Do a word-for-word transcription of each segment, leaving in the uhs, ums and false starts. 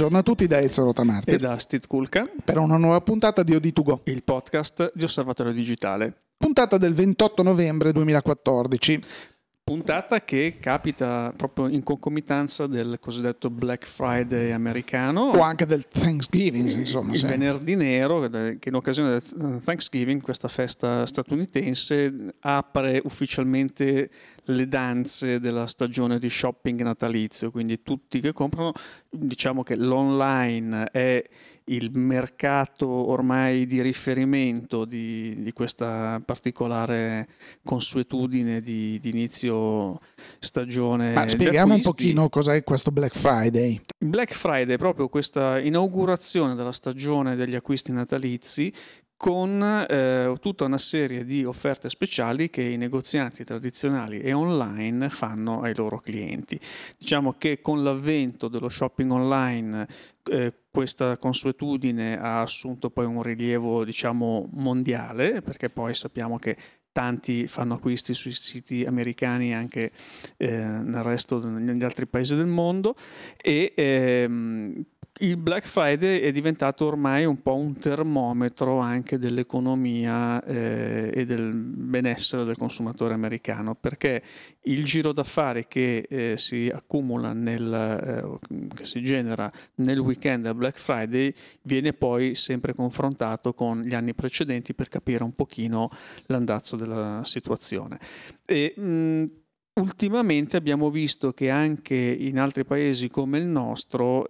Buongiorno a tutti da Ezio Rotamarti e da Steve Kulka per una nuova puntata di O D to Go, il podcast di Osservatorio Digitale. Puntata del ventotto novembre duemilaquattordici. Puntata che capita proprio in concomitanza del cosiddetto Black Friday americano o anche del Thanksgiving, insomma. Il sì. venerdì nero, che in occasione del Thanksgiving, questa festa statunitense, apre ufficialmente le danze della stagione di shopping natalizio, quindi tutti che comprano. Diciamo che l'online è il mercato ormai di riferimento di, di questa particolare consuetudine di, di inizio stagione. Ma spieghiamo un pochino cos'è questo Black Friday. Black Friday è proprio questa inaugurazione della stagione degli acquisti natalizi con eh, tutta una serie di offerte speciali che i negozianti tradizionali e online fanno ai loro clienti. Diciamo che con l'avvento dello shopping online eh, questa consuetudine ha assunto poi un rilievo, diciamo, mondiale, perché poi sappiamo che tanti fanno acquisti sui siti americani anche eh, nel resto, negli altri paesi del mondo, e ehm, il Black Friday è diventato ormai un po' un termometro anche dell'economia eh, e del benessere del consumatore americano, perché il giro d'affari che eh, si accumula nel, eh, che si genera nel weekend del Black Friday viene poi sempre confrontato con gli anni precedenti per capire un pochino l'andazzo della situazione. E, mh, ultimamente abbiamo visto che anche in altri paesi come il nostro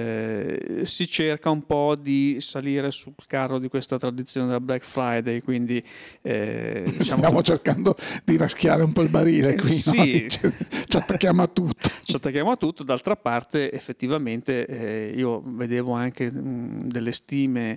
eh, si cerca un po' di salire sul carro di questa tradizione del Black Friday, quindi eh, diciamo stiamo tutto... cercando di raschiare un po' il barile qui, sì. no? ci, ci attacchiamo a tutto. Ci attacchiamo a tutto, d'altra parte effettivamente eh, io vedevo anche mh, delle stime,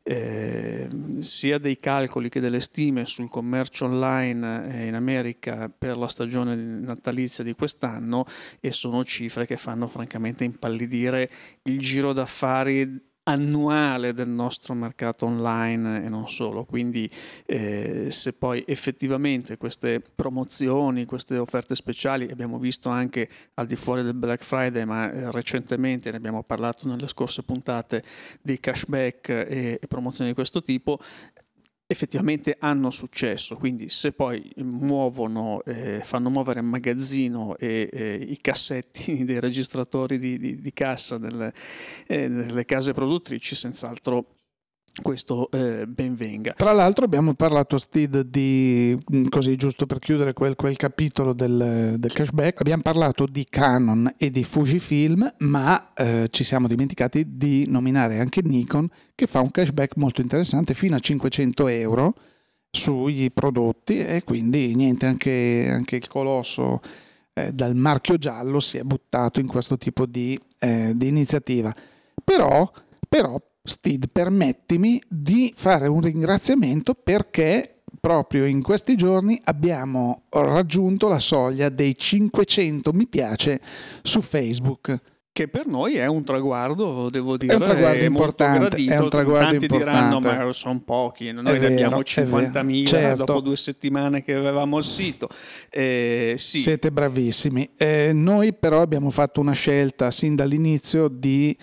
eh, sia dei calcoli che delle stime sul commercio online in America per la stagione natalizia di quest'anno, e sono cifre che fanno francamente impallidire il giro d'affari annuale del nostro mercato online e non solo. Quindi eh, se poi effettivamente queste promozioni, queste offerte speciali, abbiamo visto anche al di fuori del Black Friday, ma eh, recentemente ne abbiamo parlato nelle scorse puntate, dei cashback e, e promozioni di questo tipo, effettivamente hanno successo. Quindi se poi muovono, eh, fanno muovere il magazzino e eh, i cassetti dei registratori di, di, di cassa delle, eh, delle case produttrici, senz'altro questo eh, ben venga. Tra l'altro abbiamo parlato, Steve, di, così giusto per chiudere quel, quel capitolo del, del cashback, abbiamo parlato di Canon e di Fujifilm, ma eh, ci siamo dimenticati di nominare anche Nikon, che fa un cashback molto interessante fino a cinquecento euro sui prodotti, e quindi niente, anche, anche il colosso eh, dal marchio giallo si è buttato in questo tipo di, eh, di iniziativa. Però, però Steve, permettimi di fare un ringraziamento, perché proprio in questi giorni abbiamo raggiunto la soglia dei cinquecento mi piace su Facebook. Che per noi è un traguardo, devo dire, è un traguardo è importante, molto gradito. È un traguardo Tanti importante. diranno, ma sono pochi, noi è ne vero, abbiamo cinquantamila certo. Dopo due settimane che avevamo il sito. Eh, sì. Siete bravissimi. Eh, noi però abbiamo fatto una scelta sin dall'inizio di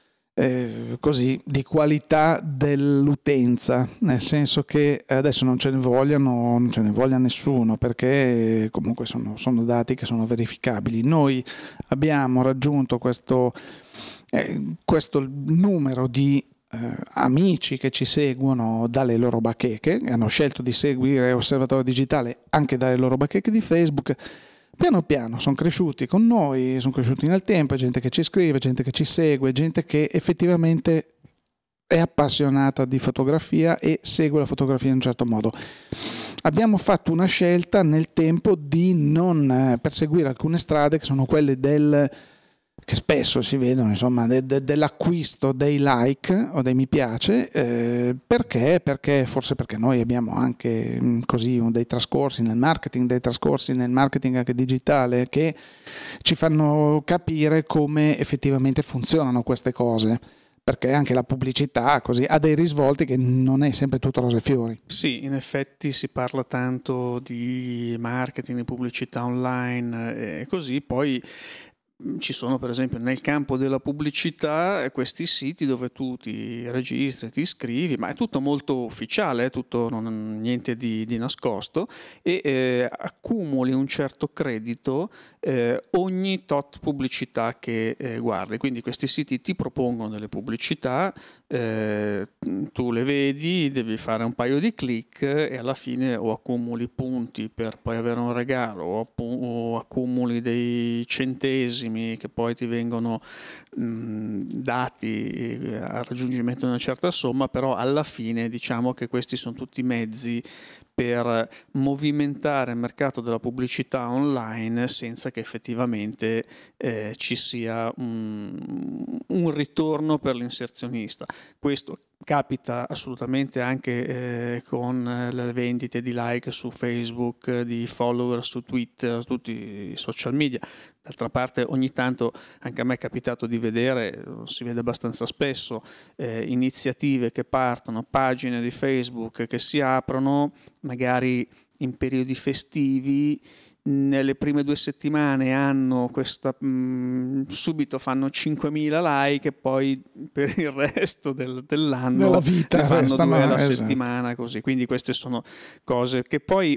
Eh, così di qualità dell'utenza, nel senso che adesso non ce ne vogliano, non ce ne voglia nessuno, perché comunque sono, sono dati che sono verificabili. Noi abbiamo raggiunto questo, eh, questo numero di eh, amici che ci seguono dalle loro bacheche, che hanno scelto di seguire Osservatorio Digitale anche dalle loro bacheche di Facebook. Piano piano sono cresciuti con noi, sono cresciuti nel tempo, gente che ci scrive, gente che ci segue, gente che effettivamente è appassionata di fotografia e segue la fotografia in un certo modo. Abbiamo fatto una scelta nel tempo di non perseguire alcune strade che sono quelle del che spesso si vedono, insomma, de, de, dell'acquisto dei like o dei mi piace, eh, perché? Perché forse perché noi abbiamo anche mh, così dei trascorsi nel marketing, dei trascorsi nel marketing anche digitale, che ci fanno capire come effettivamente funzionano queste cose. Perché anche la pubblicità così ha dei risvolti che non è sempre tutto rose e fiori. Sì, in effetti si parla tanto di marketing, di pubblicità online e così, poi ci sono per esempio nel campo della pubblicità questi siti dove tu ti registri, ti iscrivi, ma è tutto molto ufficiale, è tutto non, niente di, di nascosto, e eh, accumuli un certo credito eh, ogni tot pubblicità che eh, guardi. Quindi questi siti ti propongono delle pubblicità, eh, tu le vedi, devi fare un paio di click e alla fine o accumuli punti per poi avere un regalo o, appu- o accumuli dei centesimi che poi ti vengono mh, dati al raggiungimento di una certa somma, però alla fine diciamo che questi sono tutti mezzi per movimentare il mercato della pubblicità online senza che effettivamente eh, ci sia un, un ritorno per l'inserzionista. Questo capita assolutamente anche eh, con le vendite di like su Facebook, di follower su Twitter, tutti i social media. D'altra parte ogni tanto anche a me è capitato di vedere, si vede abbastanza spesso, eh, iniziative che partono, pagine di Facebook che si aprono magari in periodi festivi, nelle prime due settimane hanno questa mh, subito fanno cinquemila like e poi per il resto del, dell'anno della vita ne fanno restano, due alla esatto. settimana, così. Quindi queste sono cose che poi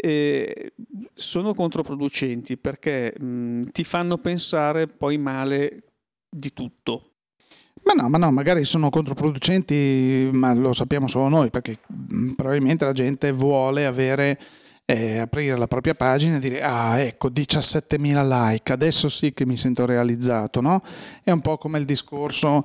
eh, sono controproducenti perché mh, ti fanno pensare poi male di tutto. Ma no, ma no, magari sono controproducenti, ma lo sappiamo solo noi, perché mh, probabilmente la gente vuole avere, eh, aprire la propria pagina e dire ah ecco diciassettemila like, adesso sì che mi sento realizzato, no? È un po' come il discorso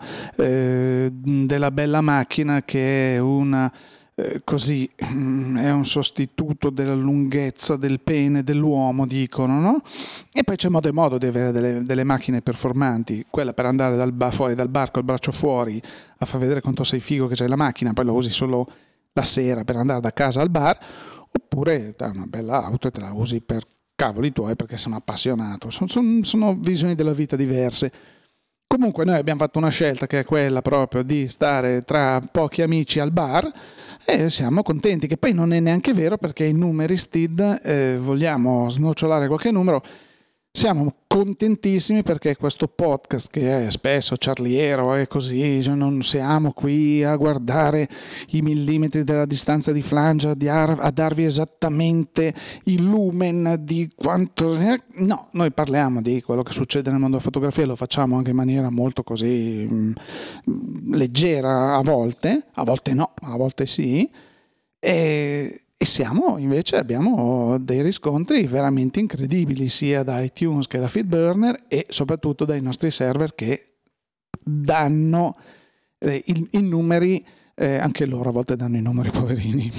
eh, della bella macchina che è una... così è un sostituto della lunghezza del pene dell'uomo, dicono, no? E poi c'è modo e modo di avere delle, delle macchine performanti, quella per andare dal bar, fuori dal bar col braccio fuori a far vedere quanto sei figo che c'hai la macchina, poi lo usi solo la sera per andare da casa al bar, oppure dai una bella auto e te la usi per cavoli tuoi perché sei un appassionato. Sono, sono, sono visioni della vita diverse. Comunque noi abbiamo fatto una scelta che è quella proprio di stare tra pochi amici al bar e siamo contenti, che poi non è neanche vero perché i numeri S T I D, eh, vogliamo snocciolare qualche numero, siamo contentissimi perché questo podcast che è spesso ciarliero e così, cioè non siamo qui a guardare i millimetri della distanza di flange, a, dar, a darvi esattamente il lumen di quanto... No, noi parliamo di quello che succede nel mondo della fotografia e lo facciamo anche in maniera molto così mh, leggera a volte, a volte no, a volte sì, e... E siamo invece abbiamo dei riscontri veramente incredibili sia da iTunes che da Feedburner e soprattutto dai nostri server che danno eh, i, i numeri, eh, anche loro a volte danno i numeri poverini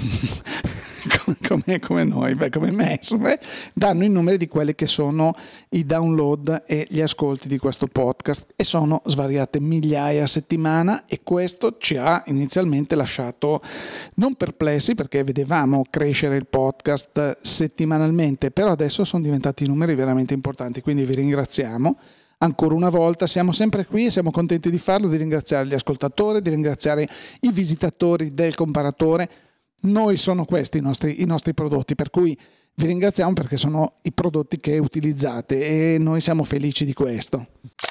come, come noi, beh, come me, insomma, danno i numeri di quelli che sono i download e gli ascolti di questo podcast e sono svariate migliaia a settimana e questo ci ha inizialmente lasciato non perplessi perché vedevamo crescere il podcast settimanalmente, però adesso sono diventati numeri veramente importanti, quindi vi ringraziamo. Ancora una volta siamo sempre qui e siamo contenti di farlo, di ringraziare gli ascoltatori, di ringraziare i visitatori del comparatore. Noi sono questi i nostri, i nostri prodotti, per cui vi ringraziamo perché sono i prodotti che utilizzate e noi siamo felici di questo.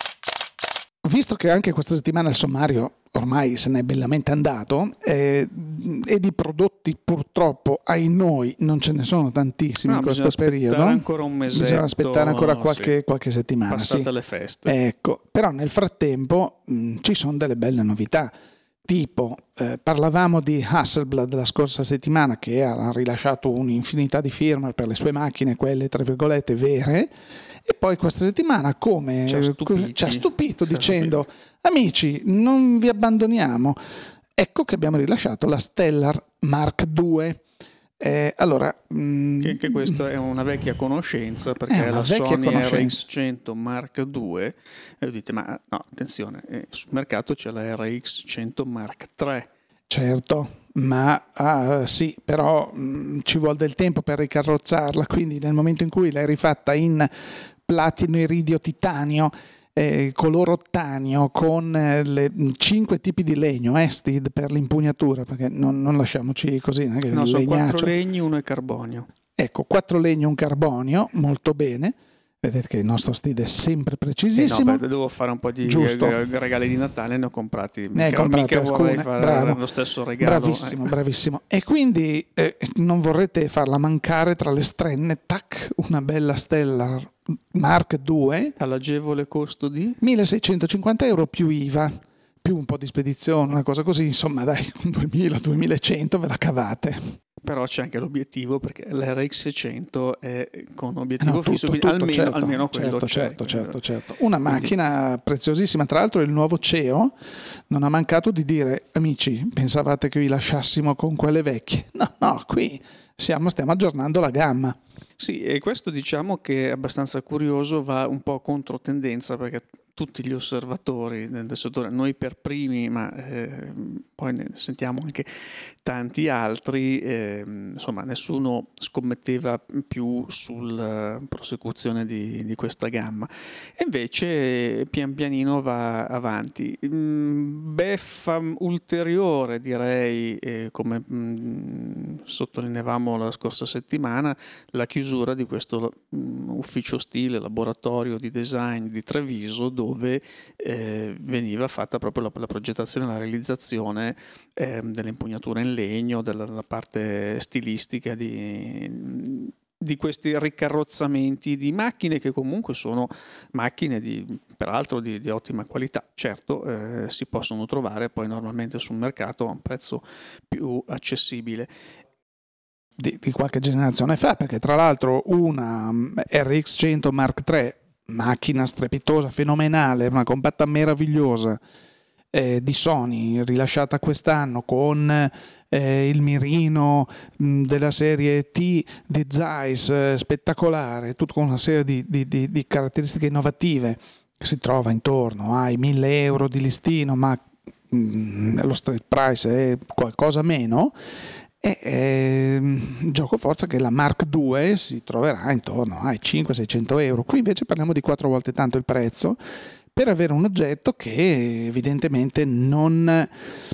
Visto che anche questa settimana il sommario ormai se n'è bellamente andato eh, e di prodotti purtroppo ai noi non ce ne sono tantissimi no, in questo periodo, ancora un mesetto, bisogna aspettare ancora qualche, sì, qualche settimana, passate sì. le feste. Ecco, però nel frattempo mh, ci sono delle belle novità. Tipo, eh, parlavamo di Hasselblad la scorsa settimana che ha rilasciato un'infinità di firmware per le sue macchine, quelle tra virgolette vere, e poi questa settimana come ci ha stupito, ci ha stupito dicendo amici non vi abbandoniamo, ecco che abbiamo rilasciato la Stellar Mark due. Eh, allora, che anche questa è una vecchia conoscenza perché è la Sony conoscenza. R X cento Mark due e dite ma no attenzione eh, sul mercato c'è la R X cento Mark tre. Certo, ma uh, sì, però mh, ci vuole del tempo per ricarrozzarla, quindi nel momento in cui l'hai rifatta in platino iridio titanio, eh, color ottanio, con eh, le cinque tipi di legno, eh, S T I D per l'impugnatura, perché non, non lasciamoci così. Che no, sono legnaccio. quattro legni, uno è carbonio. Ecco, quattro legni, un carbonio, molto bene. Vedete che il nostro stile è sempre Eh precisissimo. no, beh, devo fare un po' di Giusto. eh, regali di Natale, ne ho comprati. Ne hai Mica, comprate mica vorrei alcune, fare bravo, lo stesso regalo. bravissimo, eh. bravissimo. E quindi eh, non vorrete farla mancare tra le strenne, tac, una bella Stellar Mark due, All'agevole costo di? milleseicentocinquanta euro più I V A, più un po' di spedizione, una cosa così, insomma dai, duemila duemilacento ve la cavate. Però c'è anche l'obiettivo, perché l'R X seicento è con obiettivo No, fisso, tutto, quindi tutto, almeno, certo, almeno quello certo, c'è. certo, certo, certo. Una Quindi- macchina preziosissima, tra l'altro il nuovo C E O non ha mancato di dire: amici, pensavate che vi lasciassimo con quelle vecchie? No, no, qui siamo, stiamo aggiornando la gamma. Sì, e questo diciamo che è abbastanza curioso, va un po' contro tendenza, perché tutti gli osservatori del del settore, noi per primi, ma eh, poi ne sentiamo anche tanti altri, eh, insomma nessuno scommetteva più sulla prosecuzione di, di questa gamma. E invece pian pianino va avanti. Mm, Beffa ulteriore, direi, eh, come mm, sottolineavamo la scorsa settimana, la chiusura di questo mm, ufficio stile, laboratorio di design di Treviso, dove eh, veniva fatta proprio la, la progettazione e la realizzazione eh, dell'impugnatura in legno, della, della parte stilistica di, di questi ricarrozzamenti di macchine, che comunque sono macchine di, peraltro di, di ottima qualità. Certo, eh, si possono trovare poi normalmente sul mercato a un prezzo più accessibile. Di, di qualche generazione fa, perché tra l'altro una mm, R X cento Mark tre, macchina strepitosa, fenomenale, una compatta meravigliosa, eh, di Sony, rilasciata quest'anno con eh, il mirino mh, della serie T di Zeiss, eh, spettacolare, tutto con una serie di, di, di, di caratteristiche innovative, che si trova intorno ai mille euro di listino, ma mh, lo street price è qualcosa meno. E ehm, gioco forza che la Mark due si troverà intorno ai cinquecento seicento euro. Qui invece parliamo di quattro volte tanto il prezzo, per avere un oggetto che evidentemente non,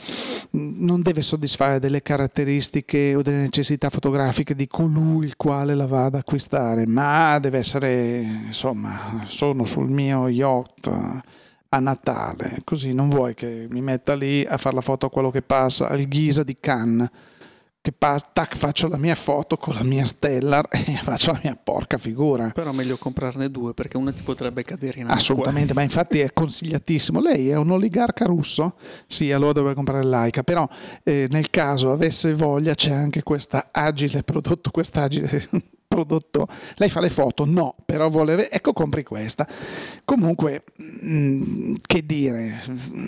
non deve soddisfare delle caratteristiche o delle necessità fotografiche di colui il quale la va ad acquistare, ma deve essere, insomma, sono sul mio yacht a Natale, così non vuoi che mi metta lì a fare la foto a quello che passa al Ghisa di Cannes, che pa- tac, faccio la mia foto con la mia Stellar e faccio la mia porca figura. Però meglio comprarne due, perché una ti potrebbe cadere in acqua. Assolutamente, ma infatti è consigliatissimo. Lei è un oligarca russo? Sì, allora dovrebbe comprare l'Aica, però eh, nel caso avesse voglia c'è anche questa agile prodotto, quest'agile prodotto. Lei fa le foto? No, però vuole... Ecco, compri questa. Comunque, mh, che dire...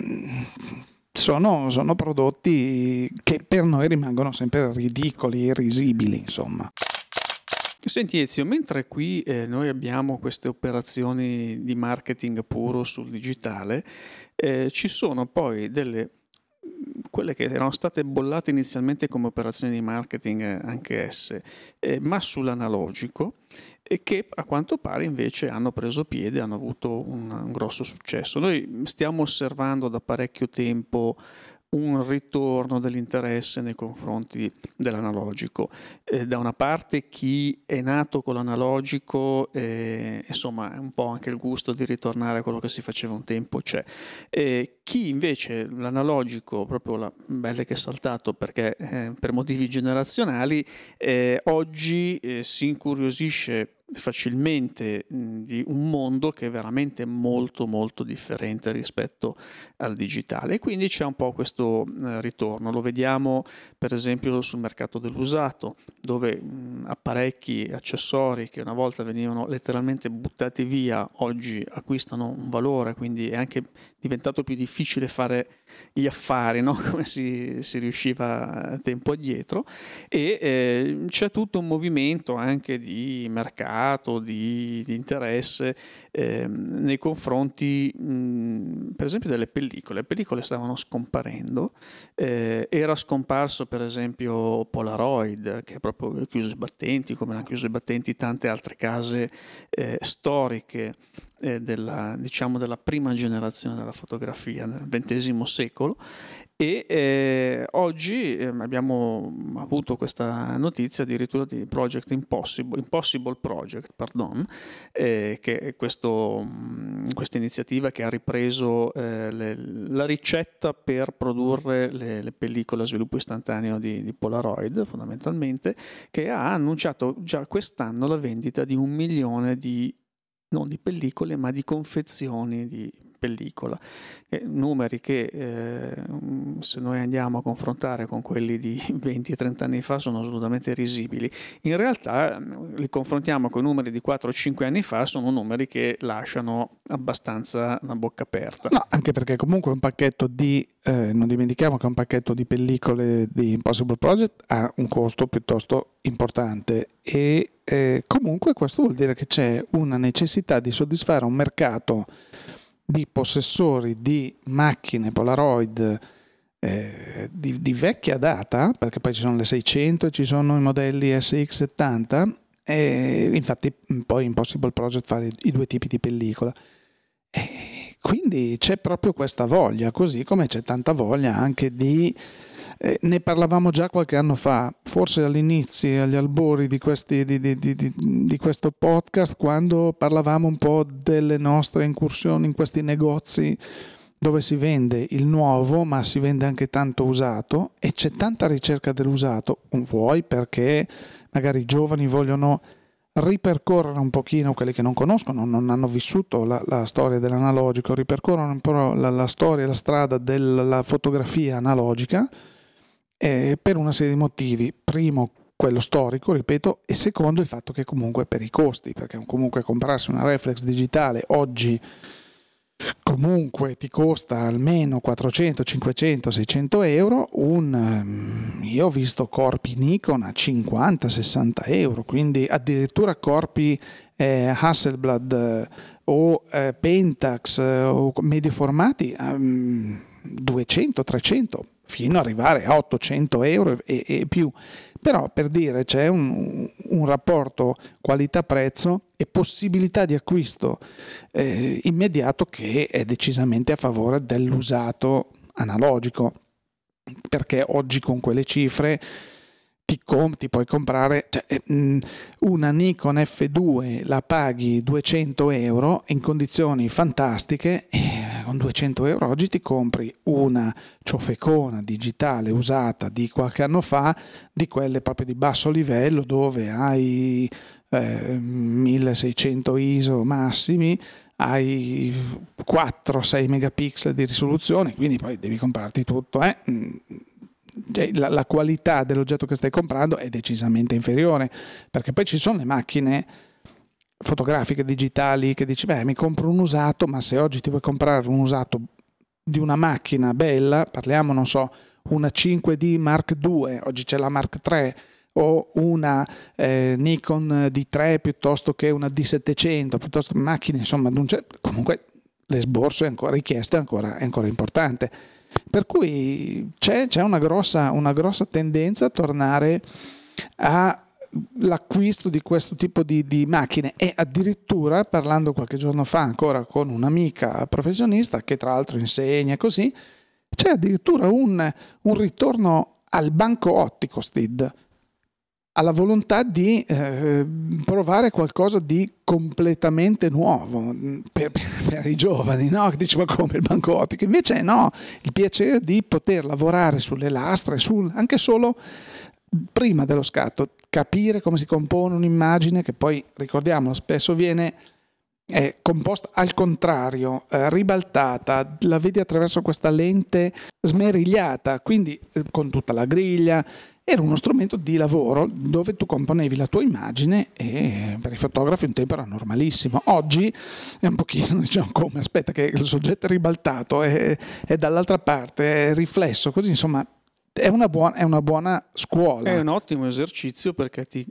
Sono, sono prodotti che per noi rimangono sempre ridicoli e risibili, insomma. Senti Ezio, mentre qui eh, noi abbiamo queste operazioni di marketing puro sul digitale, eh, ci sono poi delle, quelle che erano state bollate inizialmente come operazioni di marketing eh, anche esse, eh, ma sull'analogico, e che a quanto pare invece hanno preso piede, hanno avuto un, un grosso successo. Noi stiamo osservando da parecchio tempo un ritorno dell'interesse nei confronti dell'analogico. Eh, da una parte chi è nato con l'analogico, eh, insomma, è un po' anche il gusto di ritornare a quello che si faceva un tempo, c'è. Eh, chi invece l'analogico, proprio la belle che è saltato perché eh, per motivi generazionali, eh, oggi eh, si incuriosisce facilmente mh, di un mondo che è veramente molto molto differente rispetto al digitale, e quindi c'è un po' questo eh, ritorno. Lo vediamo per esempio sul mercato dell'usato, dove mh, apparecchi, accessori che una volta venivano letteralmente buttati via, oggi acquistano un valore, quindi è anche diventato più difficile fare gli affari, no? Come si, si riusciva tempo addietro, e eh, c'è tutto un movimento anche di mercato, di, di interesse eh, nei confronti mh, per esempio delle pellicole. Le pellicole stavano scomparendo, eh, era scomparso per esempio Polaroid, che è proprio chiuso i battenti, come hanno chiuso i battenti tante altre case eh, storiche eh, della, diciamo della prima generazione della fotografia nel ventesimo secolo. E eh, oggi eh, abbiamo avuto questa notizia addirittura di Project Impossible, Impossible Project, pardon, eh, che è questo, questa iniziativa che ha ripreso eh, le, la ricetta per produrre le, le pellicole a sviluppo istantaneo di, di Polaroid, fondamentalmente, che ha annunciato già quest'anno la vendita di un milione di, non di pellicole, ma di confezioni di pellicola, eh, numeri che eh, se noi andiamo a confrontare con quelli di venti trenta anni fa sono assolutamente risibili. In realtà li confrontiamo con i numeri di quattro cinque anni fa, sono numeri che lasciano abbastanza la bocca aperta. No, anche perché comunque un pacchetto di, eh, non dimentichiamo che un pacchetto di pellicole di Impossible Project ha un costo piuttosto importante e eh, comunque questo vuol dire che c'è una necessità di soddisfare un mercato di possessori di macchine Polaroid eh, di, di vecchia data, perché poi ci sono le seicento e ci sono i modelli S X settanta e infatti poi Impossible Project fa i, i due tipi di pellicola e quindi c'è proprio questa voglia, così come c'è tanta voglia anche di Eh, ne parlavamo già qualche anno fa, forse all'inizio, agli albori di, questi, di, di, di, di questo podcast, quando parlavamo un po' delle nostre incursioni in questi negozi dove si vende il nuovo ma si vende anche tanto usato e c'è tanta ricerca dell'usato, vuoi perché magari i giovani vogliono ripercorrere un pochino, quelli che non conoscono, non hanno vissuto la, la storia dell'analogico, ripercorrono un po' la, la storia, la strada della fotografia analogica, Eh, per una serie di motivi. Primo, quello storico, ripeto, e secondo il fatto che comunque per i costi, perché comunque comprarsi una reflex digitale oggi comunque ti costa almeno quattrocento, cinquecento, seicento euro, un, io ho visto corpi Nikon a cinquanta, sessanta euro, quindi addirittura corpi eh, Hasselblad eh, o eh, Pentax eh, o medio formati a um, duecento, trecento, fino ad arrivare a ottocento euro e, e più. Però per dire c'è un, un rapporto qualità-prezzo e possibilità di acquisto eh, immediato che è decisamente a favore dell'usato analogico, perché oggi con quelle cifre ti, com- ti puoi comprare cioè, mh, una Nikon F due, la paghi duecento euro in condizioni fantastiche e con duecento euro oggi ti compri una ciofecona digitale usata di qualche anno fa, di quelle proprio di basso livello dove hai eh, milleseicento I S O massimi, hai quattro sei megapixel di risoluzione, quindi poi devi comprarti tutto, eh? La, la qualità dell'oggetto che stai comprando è decisamente inferiore, perché poi ci sono le macchine fotografiche digitali che dici beh mi compro un usato, ma se oggi ti vuoi comprare un usato di una macchina bella, parliamo non so una cinque D Mark due, oggi c'è la Mark tre o una eh, Nikon D tre piuttosto che una D settecento, piuttosto macchine insomma comunque l'esborso è ancora richiesto, è ancora, è ancora importante, per cui c'è, c'è una grossa, una grossa tendenza a tornare a l'acquisto di questo tipo di, di macchine e addirittura parlando qualche giorno fa ancora con un'amica professionista che tra l'altro insegna così, c'è addirittura un, un ritorno al banco ottico S T I D, alla volontà di eh, provare qualcosa di completamente nuovo per, per, per i giovani, no? Che dice ma come il banco ottico? Invece no, il piacere di poter lavorare sulle lastre, sul, anche solo prima dello scatto, capire come si compone un'immagine che poi, ricordiamolo, spesso viene eh, composta al contrario, eh, ribaltata, la vedi attraverso questa lente smerigliata, quindi eh, con tutta la griglia. Era uno strumento di lavoro dove tu componevi la tua immagine e per i fotografi un tempo era normalissimo. Oggi è un pochino, diciamo, come aspetta che il soggetto è ribaltato, è, è dall'altra parte, è riflesso, così insomma è una buona, è una buona scuola. È un ottimo esercizio perché ti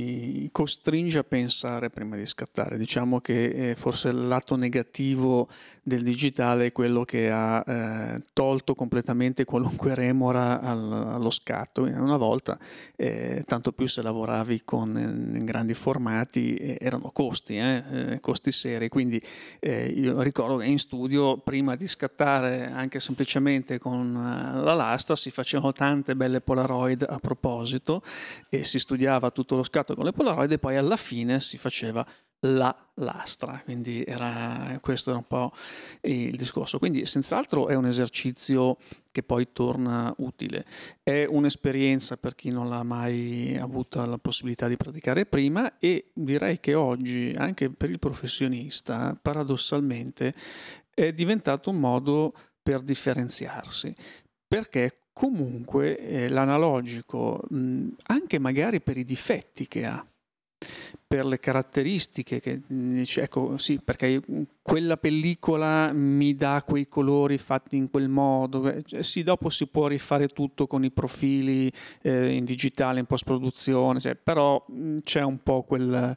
i, costringe a pensare prima di scattare. Diciamo che eh, forse il lato negativo del digitale è quello che ha eh, tolto completamente qualunque remora al, allo scatto. Una volta, eh, tanto più se lavoravi con in grandi formati, eh, erano costi, eh, eh, costi seri. Quindi eh, io ricordo che in studio, prima di scattare anche semplicemente con uh, la lastra, si facevano tante belle Polaroid a proposito e si studiava tutto lo scatto con le Polaroid e poi alla fine si faceva la lastra, quindi era, questo era un po' il discorso. Quindi senz'altro è un esercizio che poi torna utile, è un'esperienza per chi non l'ha mai avuta la possibilità di praticare prima, e direi che oggi anche per il professionista paradossalmente è diventato un modo per differenziarsi, perché comunque eh, l'analogico, mh, anche magari per i difetti che ha, per le caratteristiche che dice, ecco sì, perché quella pellicola mi dà quei colori fatti in quel modo, sì, dopo si può rifare tutto con i profili eh, in digitale, in post produzione, cioè, però mh, c'è un po' quel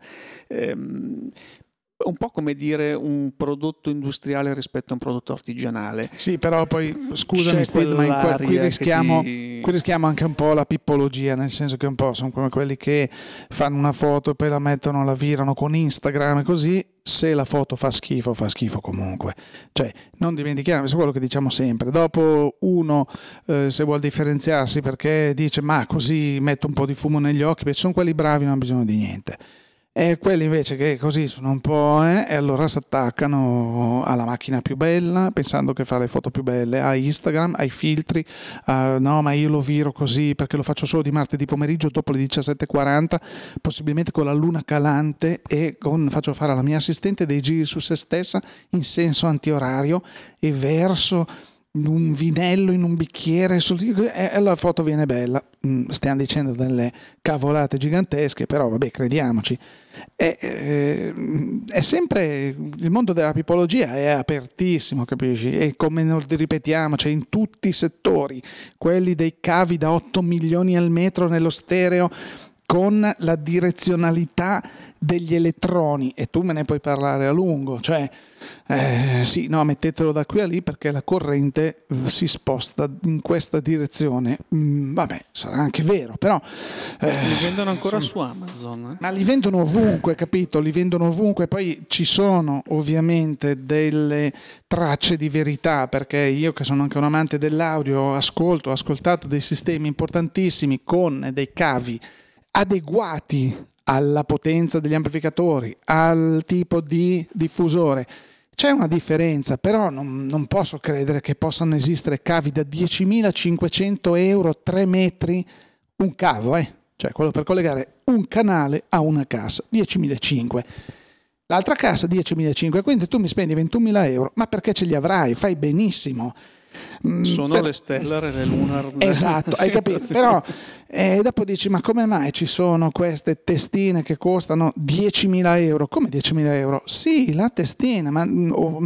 ehm, un po' come dire un prodotto industriale rispetto a un prodotto artigianale. Sì, però poi scusami C'è Steve, ma in que- qui, quell'aria che rischiamo, ti- qui rischiamo anche un po' la pippologia, nel senso che un po' sono come quelli che fanno una foto e poi la mettono, la virano con Instagram e così. Se la foto fa schifo, fa schifo comunque. Cioè, non dimentichiamo, questo è quello che diciamo sempre. Dopo uno, eh, se vuol differenziarsi perché dice ma così metto un po' di fumo negli occhi, perché sono quelli bravi, non hanno bisogno di niente. E quelli invece che così sono un po', eh, e allora si attaccano alla macchina più bella, pensando che fa le foto più belle, a Instagram, ai filtri, a, no ma io lo viro così perché lo faccio solo di martedì pomeriggio dopo le diciassette e quaranta, possibilmente con la luna calante, e con, faccio fare alla mia assistente dei giri su se stessa in senso antiorario e verso un vinello in un bicchiere e la foto viene bella. Stiamo dicendo delle cavolate gigantesche, però vabbè, crediamoci. È, è, è sempre il mondo della pipologia è apertissimo, capisci? E come lo ripetiamo, c'è in tutti i settori, quelli dei cavi da otto milioni al metro nello stereo con la direzionalità degli elettroni, e tu me ne puoi parlare a lungo, cioè eh, sì, no, mettetelo da qui a lì perché la corrente si sposta in questa direzione. Mm, vabbè, sarà anche vero, però eh, li vendono ancora su Amazon, eh? Ma li vendono ovunque, capito? Li vendono ovunque. Poi ci sono ovviamente delle tracce di verità, perché io che sono anche un amante dell'audio ascolto, ho ascoltato dei sistemi importantissimi con dei cavi adeguati alla potenza degli amplificatori, al tipo di diffusore. C'è una differenza, però non, non posso credere che possano esistere cavi da diecimilacinquecento euro, tre metri, un cavo, eh? Cioè quello per collegare un canale a una cassa, diecimilacinquecento. L'altra cassa diecimilacinquecento, quindi tu mi spendi ventunomila euro, ma perché ce li avrai? Fai benissimo. Sono per... le Stellar e le Lunar. Esatto, hai capito? Però eh, dopo dici, ma come mai ci sono queste testine che costano diecimila euro? Come diecimila euro? Sì, la testina, ma oh,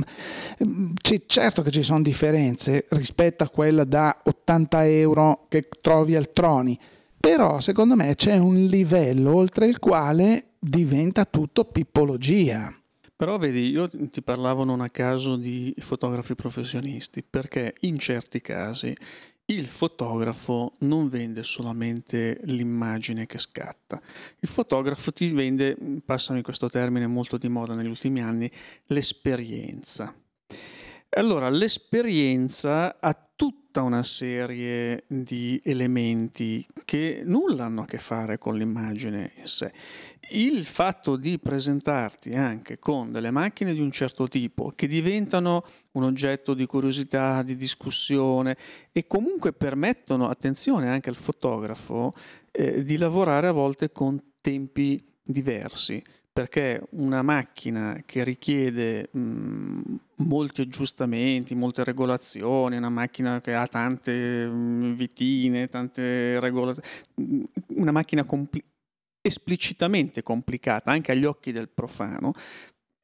c- certo che ci sono differenze rispetto a quella da ottanta euro che trovi al Troni, però secondo me c'è un livello oltre il quale diventa tutto pippologia. Però vedi, io ti parlavo non a caso di fotografi professionisti, perché in certi casi il fotografo non vende solamente l'immagine che scatta, il fotografo ti vende, passami questo termine molto di moda negli ultimi anni, l'esperienza. Allora, l'esperienza ha tutta una serie di elementi che nulla hanno a che fare con l'immagine in sé. Il fatto di presentarti anche con delle macchine di un certo tipo che diventano un oggetto di curiosità, di discussione e comunque permettono, attenzione anche al fotografo, eh, di lavorare a volte con tempi diversi. Perché una macchina che richiede mh, molti aggiustamenti, molte regolazioni, una macchina che ha tante mh, vitine, tante regolazioni, una macchina compli- esplicitamente complicata anche agli occhi del profano,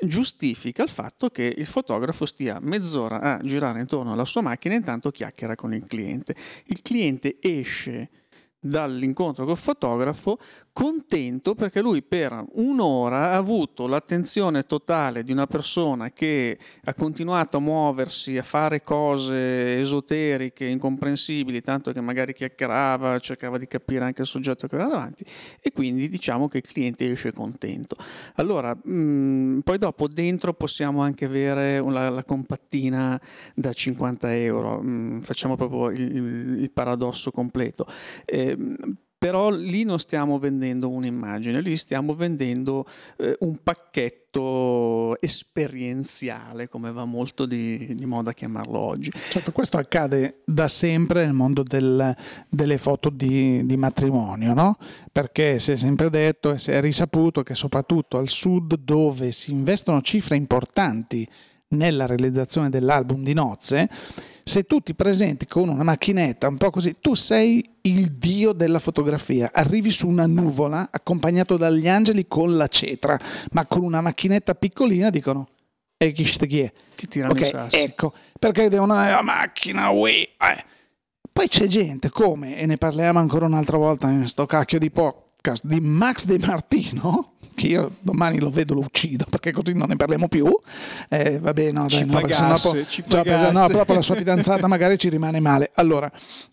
giustifica il fatto che il fotografo stia mezz'ora a girare intorno alla sua macchina e intanto chiacchiera con il cliente. Il cliente esce dall'incontro col fotografo contento perché lui per un'ora ha avuto l'attenzione totale di una persona che ha continuato a muoversi, a fare cose esoteriche, incomprensibili, tanto che magari chiacchierava, cercava di capire anche il soggetto che aveva davanti, e quindi diciamo che il cliente esce contento. Allora, mh, poi dopo dentro possiamo anche avere la, la compattina da cinquanta euro, mh, facciamo proprio il, il paradosso completo. Eh, Però lì non stiamo vendendo un'immagine, lì stiamo vendendo eh, un pacchetto esperienziale, come va molto di, di moda chiamarlo oggi. Certo, questo accade da sempre nel mondo del, delle foto di, di matrimonio, no? Perché si è sempre detto e si è risaputo che soprattutto al sud, dove si investono cifre importanti nella realizzazione dell'album di nozze, se tu ti presenti con una macchinetta un po' così, tu sei il dio della fotografia, arrivi su una nuvola accompagnato dagli angeli con la cetra, ma con una macchinetta piccolina dicono e chi sta chi è? Chi tirano i sassi. Ecco, perché devono avere la macchina, ui, eh. Poi c'è gente come, e ne parliamo ancora un'altra volta in sto cacchio di podcast, di Max De Martino, che io domani lo vedo, lo uccido, perché così non ne parliamo più. Eh, vabbè, no, dai, ci no, pagasse, no, po- ci già, pagasse. no, dopo la sua fidanzata magari ci rimane male. Allora,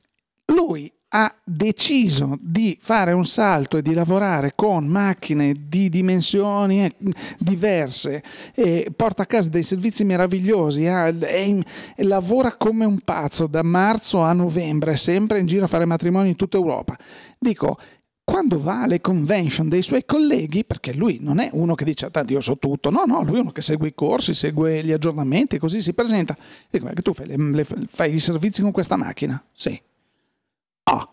lui ha deciso di fare un salto e di lavorare con macchine di dimensioni diverse, e porta a casa dei servizi meravigliosi, ha, è in, e lavora come un pazzo da marzo a novembre, sempre in giro a fare matrimoni in tutta Europa. Dico, quando va alle convention dei suoi colleghi, perché lui non è uno che dice tanto io so tutto, no, no, lui è uno che segue i corsi, segue gli aggiornamenti, così si presenta. Dico, ma che tu fai, le, le, fai i servizi con questa macchina? Sì. Ah.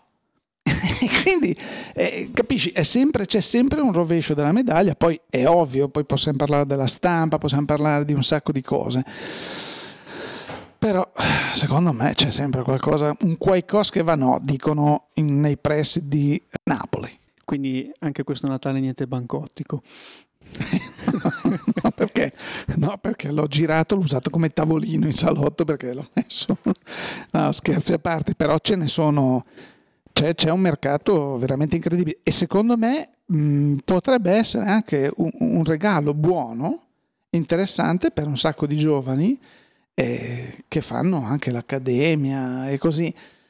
Quindi, eh, capisci, è sempre, c'è sempre un rovescio della medaglia, poi è ovvio, poi possiamo parlare della stampa, possiamo parlare di un sacco di cose. Però secondo me c'è sempre qualcosa, un qualcosa che va no, dicono in, nei pressi di Napoli. Quindi anche questo Natale niente bancottico. no, perché? No, perché l'ho girato, l'ho usato come tavolino in salotto, perché l'ho messo. No, scherzi a parte, però ce ne sono, c'è, c'è un mercato veramente incredibile e secondo me mh, potrebbe essere anche un, un regalo buono, interessante per un sacco di giovani Eh, che fanno anche l'accademia e così,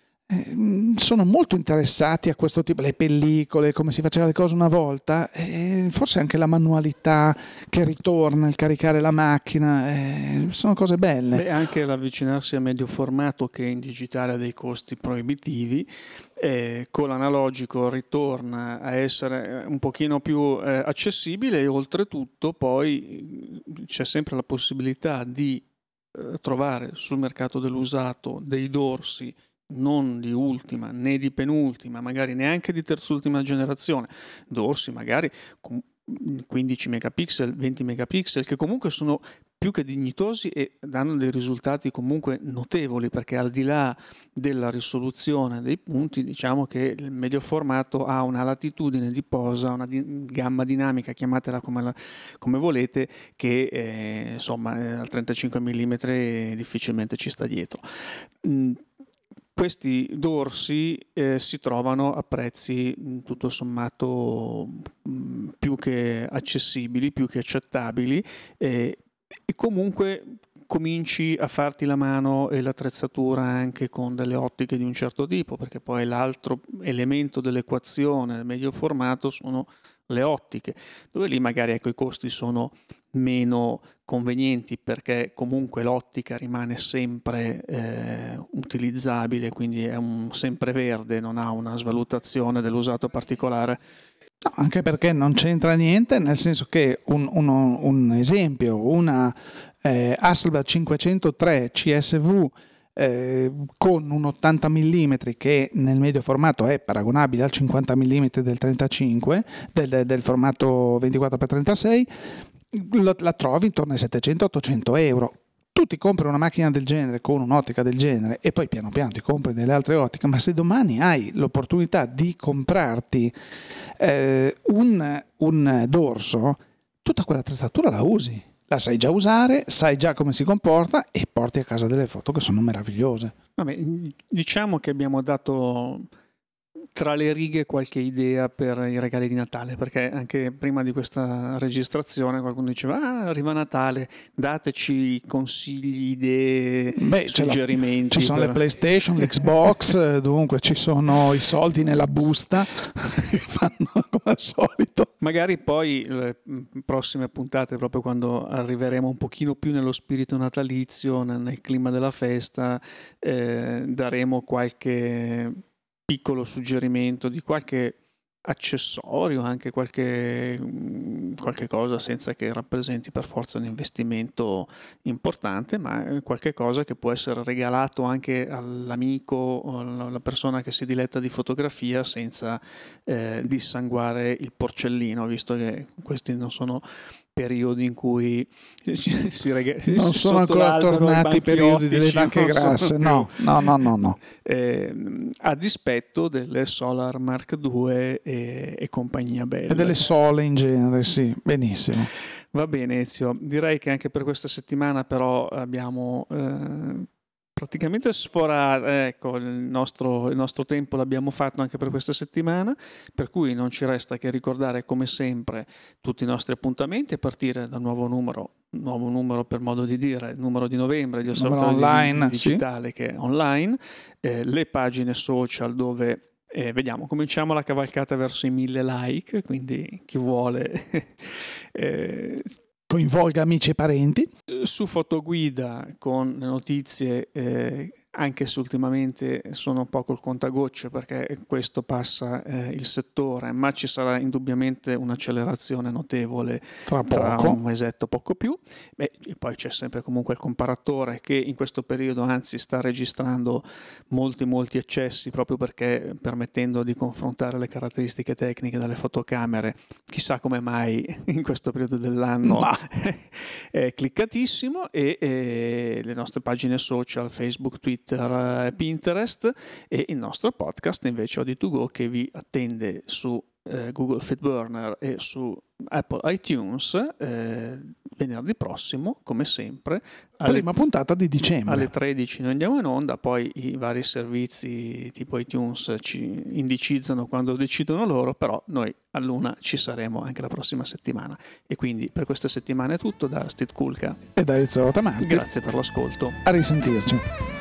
eh, sono molto interessati a questo tipo, le pellicole, come si faceva le cose una volta, eh, forse anche la manualità che ritorna, il caricare la macchina, eh, sono cose belle. Beh, anche l'avvicinarsi a medio formato, che in digitale ha dei costi proibitivi, eh, con l'analogico ritorna a essere un pochino più eh, accessibile, e oltretutto poi c'è sempre la possibilità di trovare sul mercato dell'usato dei dorsi non di ultima né di penultima, magari neanche di terzultima generazione, dorsi magari con quindici megapixel, venti megapixel, che comunque sono più che dignitosi e danno dei risultati comunque notevoli, perché al di là della risoluzione dei punti, diciamo che il medio formato ha una latitudine di posa, una di- gamma dinamica, chiamatela come, la, come volete, che eh, insomma eh, al trentacinque millimetri difficilmente ci sta dietro. Mm. Questi dorsi eh, si trovano a prezzi mh, tutto sommato mh, più che accessibili, più che accettabili, eh, e comunque cominci a farti la mano e l'attrezzatura anche con delle ottiche di un certo tipo, perché poi l'altro elemento dell'equazione del medio formato sono le ottiche, dove lì magari ecco, i costi sono meno convenienti, perché comunque l'ottica rimane sempre eh, utilizzabile, quindi è un sempreverde, non ha una svalutazione dell'usato particolare. No, anche perché non c'entra niente, nel senso che un, uno, un esempio, una eh, Hasselblad cinquecentotre C S V eh, con un ottanta millimetri che nel medio formato è paragonabile al cinquanta millimetri del trentacinque, del, del formato ventiquattro per trentasei, la trovi intorno ai settecento ottocento euro. Tu ti compri una macchina del genere con un'ottica del genere e poi piano piano ti compri delle altre ottiche, ma se domani hai l'opportunità di comprarti eh, un, un dorso, tutta quell'attrezzatura la usi, la sai già usare, sai già come si comporta e porti a casa delle foto che sono meravigliose. Vabbè, diciamo che abbiamo dato tra le righe qualche idea per i regali di Natale, perché anche prima di questa registrazione qualcuno diceva ah, arriva Natale, dateci consigli, idee, Beh, suggerimenti. Ci sono per... le PlayStation, l'Xbox, dunque ci sono i soldi nella busta che fanno come al solito. Magari poi le prossime puntate, proprio quando arriveremo un pochino più nello spirito natalizio, nel clima della festa, eh, daremo qualche piccolo suggerimento di qualche accessorio, anche qualche, qualche cosa senza che rappresenti per forza un investimento importante, ma qualche cosa che può essere regalato anche all'amico o alla persona che si diletta di fotografia senza eh, dissanguare il porcellino, visto che questi non sono periodi in cui si rega- non sono ancora tornati i periodi delle vacche grasse, no, no, no, no, no. Eh, a dispetto delle Solar Mark due e, e compagnia bella. E delle Sole in genere, sì, benissimo. Va bene Ezio, direi che anche per questa settimana però abbiamo eh, praticamente sforato, ecco, il nostro, il nostro tempo l'abbiamo fatto anche per questa settimana, per cui non ci resta che ricordare come sempre tutti i nostri appuntamenti a partire dal nuovo numero, nuovo numero per modo di dire, il numero di novembre di Osservatorio Digitale, sì, che è online, eh, le pagine social dove eh, vediamo, cominciamo la cavalcata verso i mille like, quindi chi vuole eh, coinvolga amici e parenti. Su Fotoguida con le notizie, eh, anche se ultimamente sono un po' col contagocce perché questo passa eh, il settore, ma ci sarà indubbiamente un'accelerazione notevole tra, tra poco. un mesetto, poco più. Beh, e poi c'è sempre comunque il comparatore che in questo periodo anzi sta registrando molti molti eccessi proprio perché permettendo di confrontare le caratteristiche tecniche delle fotocamere, chissà come mai in questo periodo dell'anno ma... è cliccatissimo, e, e le nostre pagine social Facebook, Twitter, Pinterest, e il nostro podcast invece Odi to Go che vi attende su eh, Google Feedburner e su Apple iTunes eh, venerdì prossimo, come sempre alle, prima puntata di dicembre alle tredici noi andiamo in onda, poi i vari servizi tipo iTunes ci indicizzano quando decidono loro, però noi all'una ci saremo anche la prossima settimana. E quindi per questa settimana è tutto da Steve Kulka e da Ezio Rotamarti. Grazie per l'ascolto, a risentirci.